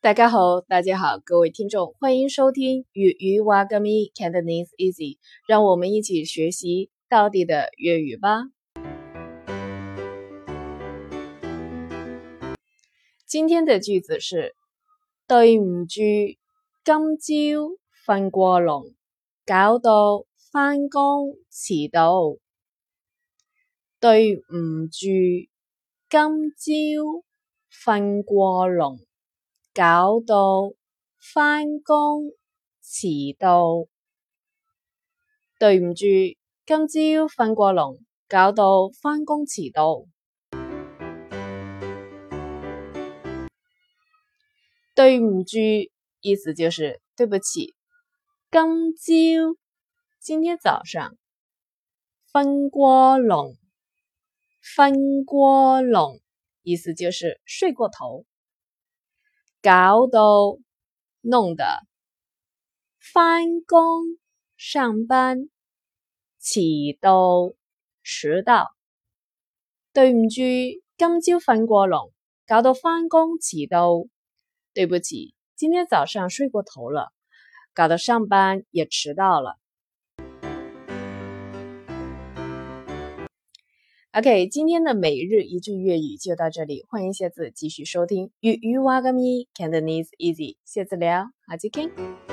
大家好，各位听众，欢迎收听粤语哇个咪 Cantonese Easy， 让我们一起学习道地的粤语吧。今天的句子是對唔住，今朝瞓過籠，搞到返工遲到。對唔住，今朝瞓過籠，搞到返工遲到。對唔住，今朝瞓過籠，搞到返工遲到。對唔住意思就是對不起。今朝今天早上，瞓過籠意思就是睡過頭。搞到弄的，返工上班，遲到遲到。對唔住，今朝瞓過籠，搞到返工遲到。對不起，今天早上睡過頭了，搞得上班也遲到了。OK， 今天的每日一句粤语就到这里，欢迎下次继续收听粤语哇个咪 Cantonese Easy， 下次聊，下次见。